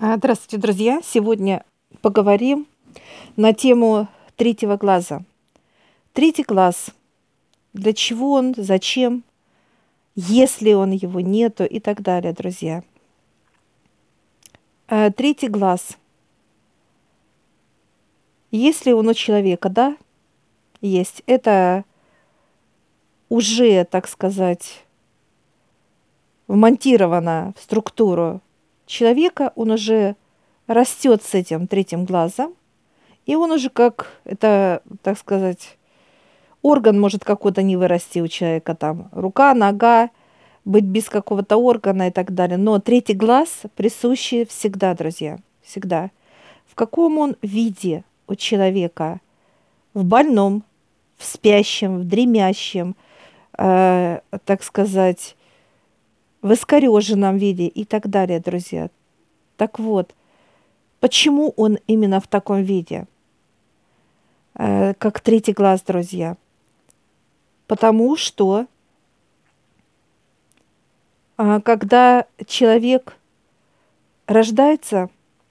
Здравствуйте, друзья! Сегодня поговорим на тему третьего глаза. Третий глаз. Для чего он, зачем, если он его нету и так далее, друзья. Третий глаз. Если он у человека, да, есть. Это уже, так сказать, вмонтировано в структуру человека, он уже растет с этим третьим глазом, и он уже как, это, так сказать, орган может какой-то не вырасти у человека, там, рука, нога, быть без какого-то органа и так далее. Но третий глаз присущий всегда, друзья, всегда. В каком он виде у человека? В больном, в спящем, в дремящем, так сказать, в искореженном виде и так далее, друзья. Так вот, почему он именно в таком виде, как третий глаз, друзья? Потому что когда человек рождается,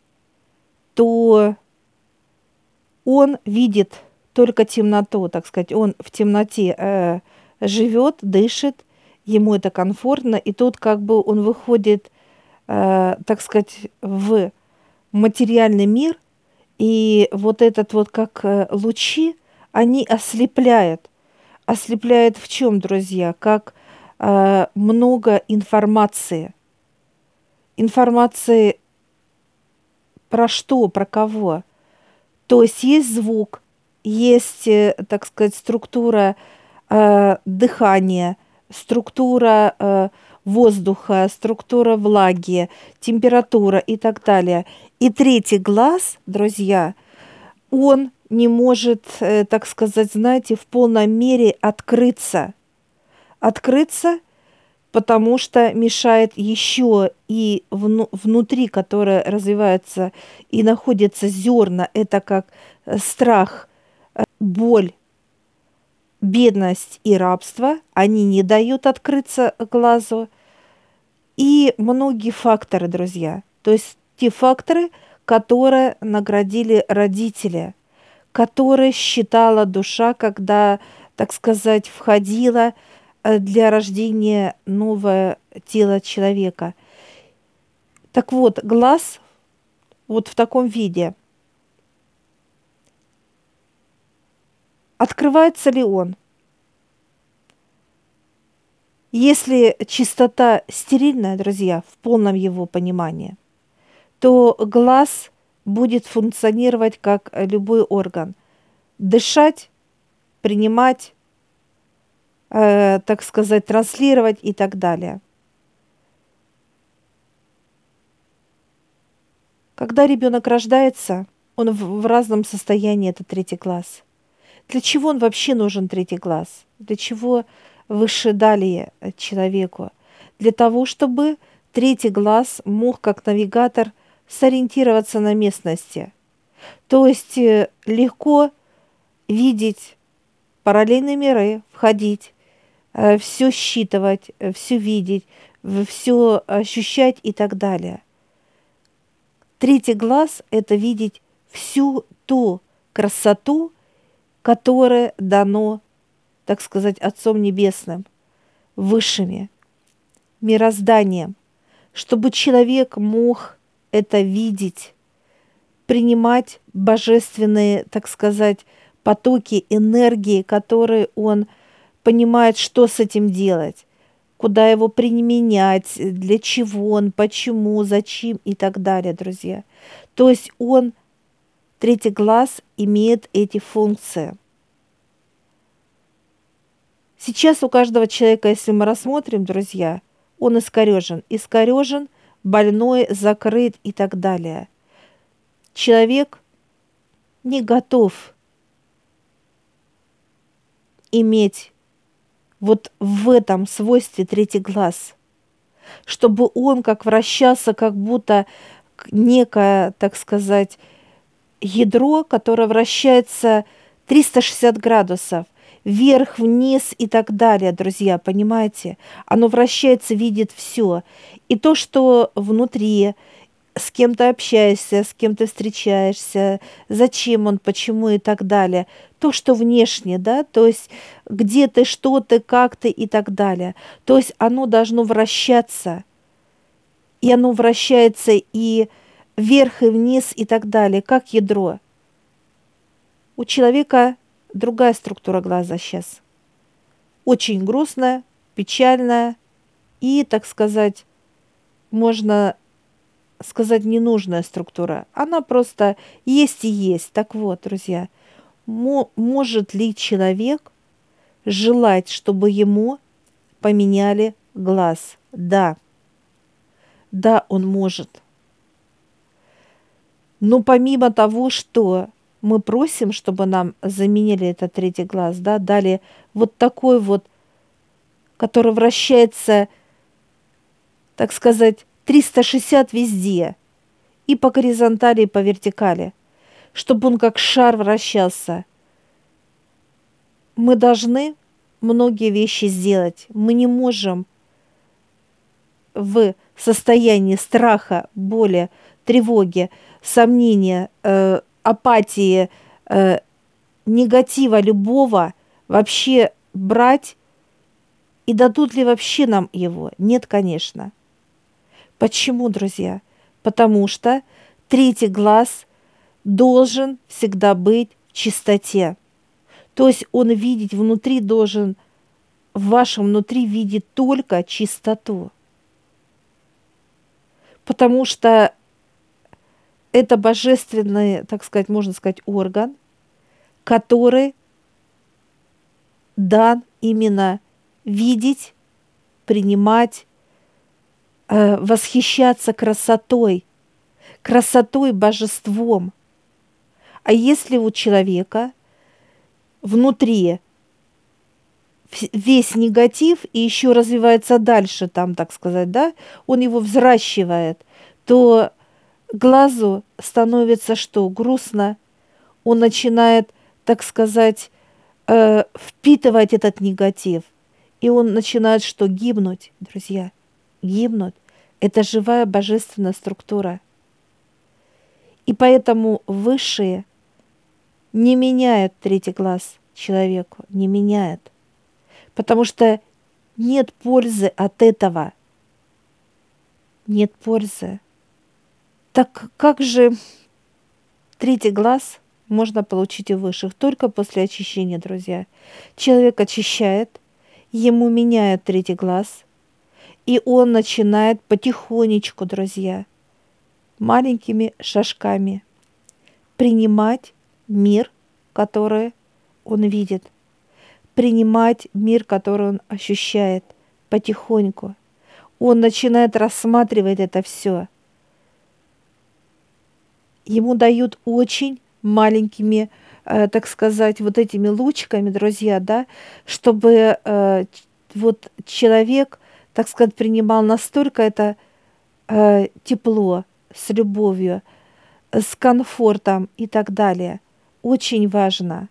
то он видит только темноту, так сказать, он в темноте живет, дышит, ему это комфортно, и тут как бы он выходит, так сказать, в материальный мир, и вот этот вот как лучи, они ослепляют. Ослепляет в чем, друзья? Как много информации. Информации про что, про кого? То есть звук, есть, так сказать, структура дыхания, структура воздуха, структура влаги, температура и так далее. И третий глаз, друзья, он не может, так сказать, знаете, в полной мере открыться. Открыться, потому что мешает еще и внутри, которое развивается и находятся зерна, это как страх, боль, бедность и рабство, они не дают открыться глазу. И многие факторы, друзья, то есть те факторы, которые наградили родители, которые считала душа, когда, так сказать, входила для рождения новое тело человека. Так вот, глаз вот в таком виде. Открывается ли он? Если чистота стерильная, друзья, в полном его понимании, то глаз будет функционировать как любой орган. Дышать, принимать, так сказать, транслировать и так далее. Когда ребенок рождается, он в разном состоянии, это третий глаз. Для чего он вообще нужен, третий глаз? Для чего высшие дали человеку? Для того, чтобы третий глаз мог, как навигатор, сориентироваться на местности. То есть легко видеть параллельные миры, входить, все считывать, все видеть, все ощущать и так далее. Третий глаз – это видеть всю ту красоту, которая дано, так сказать, Отцом Небесным, высшими, мирозданием, чтобы человек мог это видеть, принимать божественные, так сказать, потоки энергии, которые он понимает, что с этим делать, куда его применять, для чего он, почему, зачем и так далее, друзья. То есть он, третий глаз, имеет эти функции. Сейчас у каждого человека, если мы рассмотрим, друзья, он искорежен, больной, закрыт и так далее. Человек не готов иметь вот в этом свойстве третий глаз, чтобы он как вращался, как будто некое, так сказать, ядро, которое вращается 360 градусов, вверх, вниз и так далее, друзья, понимаете? Оно вращается, видит все. И то, что внутри, с кем ты общаешься, с кем ты встречаешься, зачем он, почему и так далее. То, что внешне, да, то есть где ты, что ты, как ты и так далее. То есть оно должно вращаться, и оно вращается и вверх, и вниз, и так далее, как ядро. У человека другая структура глаза сейчас. Очень грустная, печальная и, так сказать, можно сказать, ненужная структура. Она просто есть и есть. Так вот, друзья, может ли человек желать, чтобы ему поменяли глаз? Да. Да, он может. Но помимо того, что мы просим, чтобы нам заменили этот третий глаз, да, дали вот такой вот, который вращается, так сказать, 360 везде, и по горизонтали, и по вертикали, чтобы он как шар вращался. Мы должны многие вещи сделать. Мы не можем в состоянии страха, боли, тревоги, сомнения, апатии, негатива любого вообще брать, и дадут ли вообще нам его? Нет, конечно. Почему, друзья? Потому что третий глаз должен всегда быть в чистоте. То есть он видеть внутри должен, в вашем внутри видеть только чистоту. Потому что это божественный, так сказать, можно сказать, орган, который дан именно видеть, принимать, восхищаться красотой, красотой, божеством. А если у человека внутри весь негатив и еще развивается дальше, там, так сказать, да, он его взращивает, то глазу становится что? Грустно. Он начинает, так сказать, впитывать этот негатив. И он начинает что? Гибнуть, друзья. Гибнуть. Это живая божественная структура. И поэтому высшие не меняют третий глаз человеку, не меняют. Потому что нет пользы от этого. Нет пользы. Так как же третий глаз можно получить у высших? Только после очищения, друзья. Человек очищает, ему меняют третий глаз, и он начинает потихонечку, друзья, маленькими шажками принимать мир, который он видит, принимать мир, который он ощущает потихоньку. Он начинает рассматривать это все. Ему дают очень маленькими, так сказать, вот этими лучиками, друзья, да, чтобы вот человек, так сказать, принимал настолько это тепло, с любовью, с комфортом и так далее. Очень важно.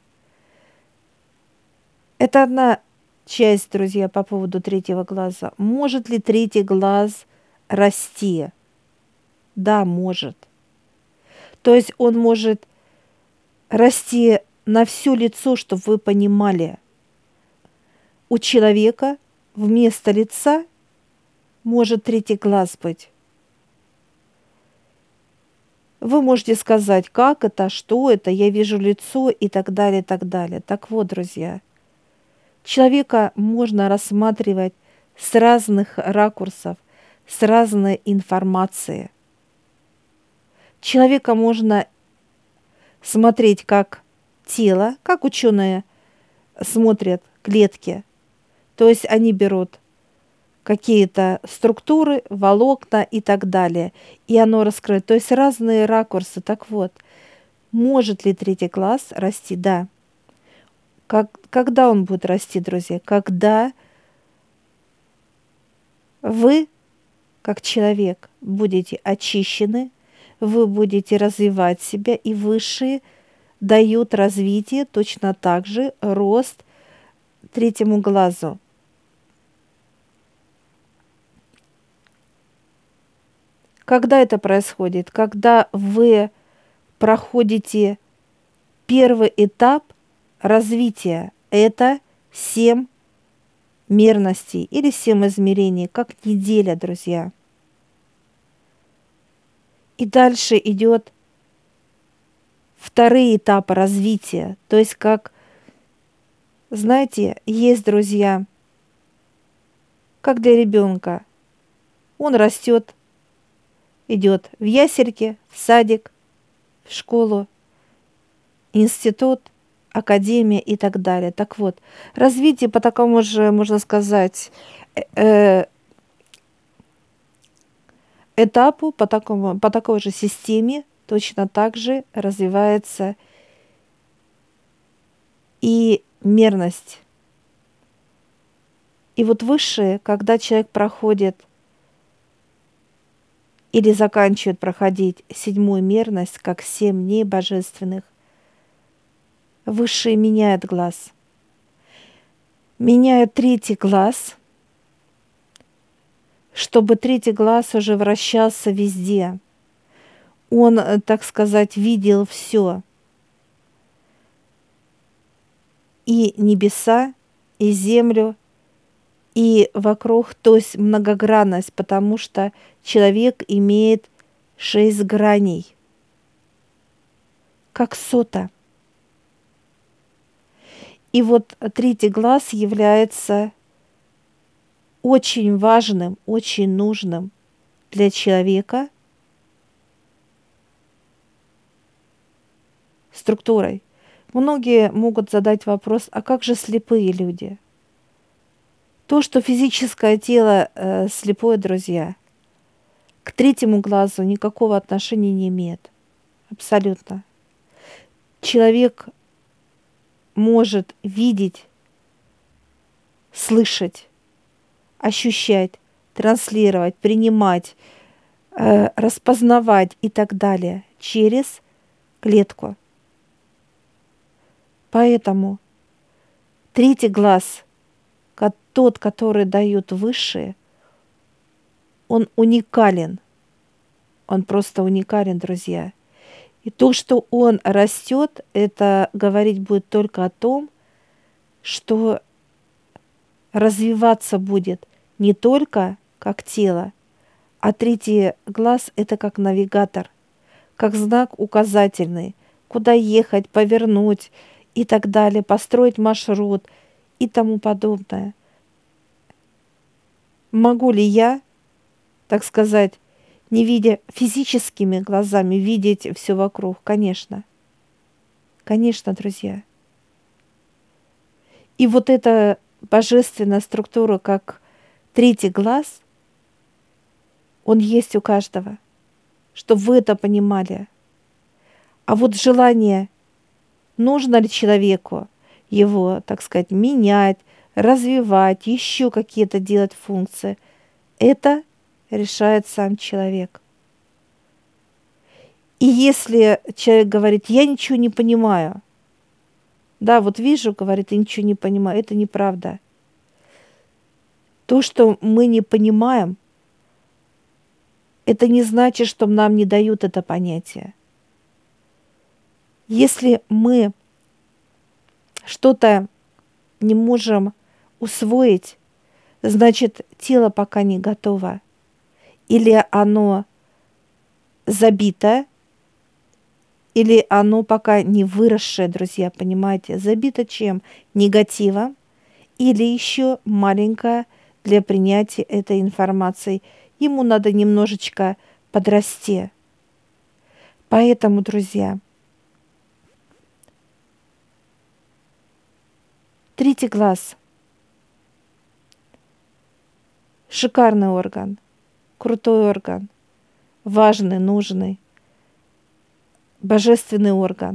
Это одна часть, друзья, по поводу третьего глаза. Может ли третий глаз расти? Да, может. То есть он может расти на все лицо, чтобы вы понимали. У человека вместо лица может третий глаз быть. Вы можете сказать, как это, что это, я вижу лицо и так далее, и так далее. Так вот, друзья, человека можно рассматривать с разных ракурсов, с разной информацией. Человека можно смотреть как тело, как ученые смотрят клетки. То есть они берут какие-то структуры, волокна и так далее, и оно раскрыто. То есть разные ракурсы. Так вот, может ли третий глаз расти? Да. Когда он будет расти, друзья? Когда вы, как человек, будете очищены, вы будете развивать себя, и высшие дают развитие, точно так же рост третьему глазу. Когда это происходит? Когда вы проходите первый этап развития. Это 7 мерностей или 7 измерений, как неделя, друзья. И дальше идет вторые этапы развития. То есть, как, знаете, есть, друзья, как для ребенка. Он растет, идет в ясельке, в садик, в школу, институт, академия и так далее. Так вот, развитие по такому же, можно сказать, этапу, по такой же системе точно так же развивается и мерность. И вот высшее, когда человек проходит или заканчивает проходить 7-ю мерность, как 7 дней божественных, высшее меняет глаз. Меняет 3-й глаз, чтобы 3-й глаз уже вращался везде. Он, так сказать, видел все. И небеса, и землю, и вокруг, то есть многогранность, потому что человек имеет 6 граней, как сота. И вот 3-й глаз является очень важным, очень нужным для человека структурой. Многие могут задать вопрос, а как же слепые люди? То, что физическое тело слепое, друзья, к 3-му глазу никакого отношения не имеет. Абсолютно. Человек может видеть, слышать, ощущать, транслировать, принимать, распознавать и так далее через клетку. Поэтому 3-й глаз, тот, который дает высшее, он уникален. Он просто уникален, друзья. И то, что он растет, это говорить будет только о том, что развиваться будет не только как тело, а 3-й глаз – это как навигатор, как знак указательный, куда ехать, повернуть и так далее, построить маршрут и тому подобное. Могу ли я, так сказать, не видя физическими глазами, видеть все вокруг? Конечно. Конечно, друзья. И вот эта божественная структура, как 3-й глаз, он есть у каждого, чтобы вы это понимали. А вот желание, нужно ли человеку его, так сказать, менять, развивать, еще какие-то делать функции, это решает сам человек. И если человек говорит, я ничего не понимаю, да, вот вижу, говорит, я ничего не понимаю, это неправда. То, что мы не понимаем, это не значит, что нам не дают это понятие. Если мы что-то не можем усвоить, значит, тело пока не готово. Или оно забито, или оно пока не выросшее, друзья, понимаете? Забито чем? Негативом, или еще маленькое для принятия этой информации. Ему надо немножечко подрасти. Поэтому, друзья, 3-й глаз – шикарный орган, крутой орган, важный, нужный, божественный орган.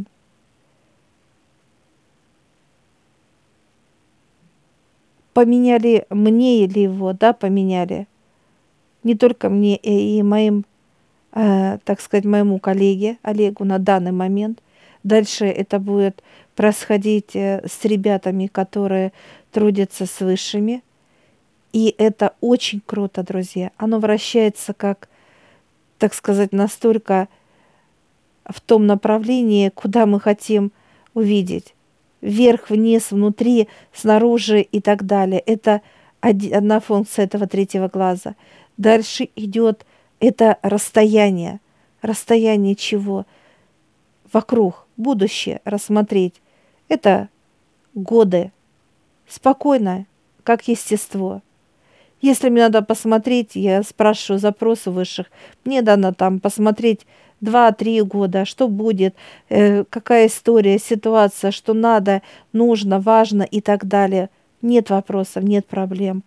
Поменяли мне или его, да, поменяли. Не только мне, и моим, так сказать, моему коллеге Олегу на данный момент. Дальше это будет происходить с ребятами, которые трудятся с высшими. И это очень круто, друзья. Оно вращается как так сказать, настолько в том направлении, куда мы хотим увидеть. Вверх, вниз, внутри, снаружи и так далее. Это одна функция этого третьего глаза. Дальше идет это расстояние. Расстояние чего? Вокруг, будущее рассмотреть. Это годы. Спокойно, как естество. Если мне надо посмотреть, я спрашиваю запросы высших, мне дано там посмотреть 2-3 года, что будет, какая история, ситуация, что надо, нужно, важно и так далее. Нет вопросов, нет проблем.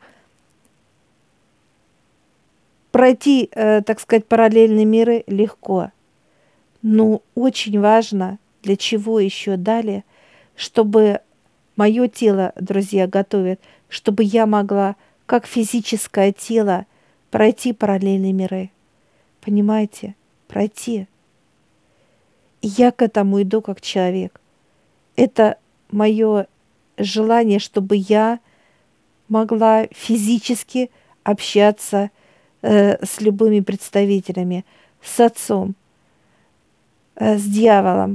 Пройти, так сказать, параллельные миры легко. Но очень важно, для чего еще далее, чтобы мое тело, друзья, готовит, чтобы я могла, как физическое тело, пройти параллельные миры. Понимаете? Пройти. И я к этому иду как человек. Это мое желание, чтобы я могла физически общаться с любыми представителями, с отцом, с дьяволом,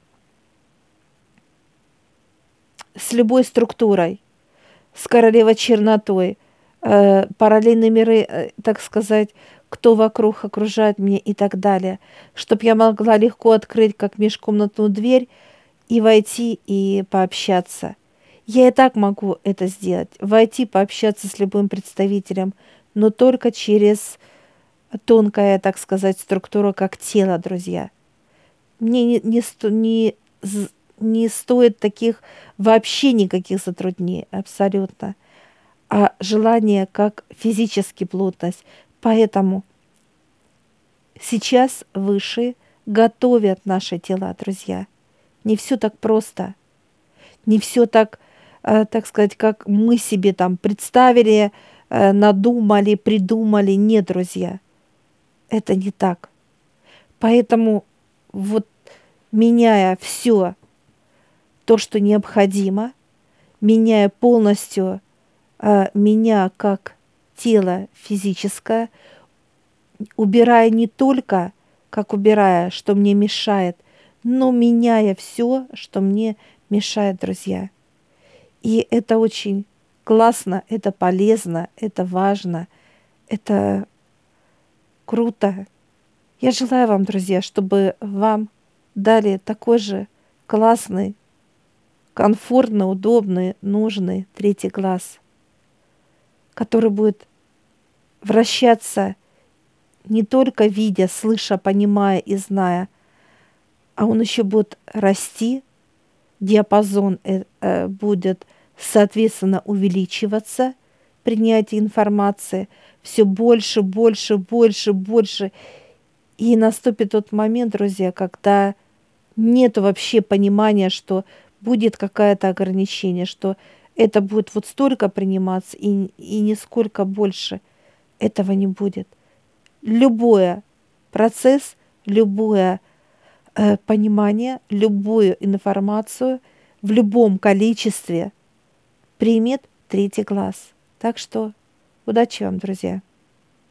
с любой структурой, с королевой чернотой, параллельные миры, так сказать, кто вокруг окружает меня и так далее, чтобы я могла легко открыть как межкомнатную дверь и войти и пообщаться. Я и так могу это сделать, войти, пообщаться с любым представителем, но только через тонкая, так сказать, структура как тело, друзья. Мне не стоит таких вообще никаких затруднений, абсолютно. А желание как физически плотность. Поэтому сейчас выше готовят наши тела, друзья. Не все так просто. Не все так, так сказать, как мы себе там представили, надумали, придумали. Нет, друзья, это не так. Поэтому вот меняя все то, что необходимо, меняя полностью меня как тело физическое, убирая не только, как убирая, что мне мешает, но меняя все, что мне мешает, друзья. И это очень классно, это полезно, это важно, это круто. Я желаю вам, друзья, чтобы вам дали такой же классный, комфортно, удобный, нужный третий глаз, который будет вращаться не только видя, слыша, понимая и зная, а он еще будет расти, диапазон будет, соответственно, увеличиваться, принятие информации все больше, больше, больше, больше. И наступит тот момент, друзья, когда нет вообще понимания, что будет какое-то ограничение, что это будет вот столько приниматься и нисколько больше. Этого не будет. Любой процесс, любое понимание, любую информацию в любом количестве примет третий глаз. Так что удачи вам, друзья!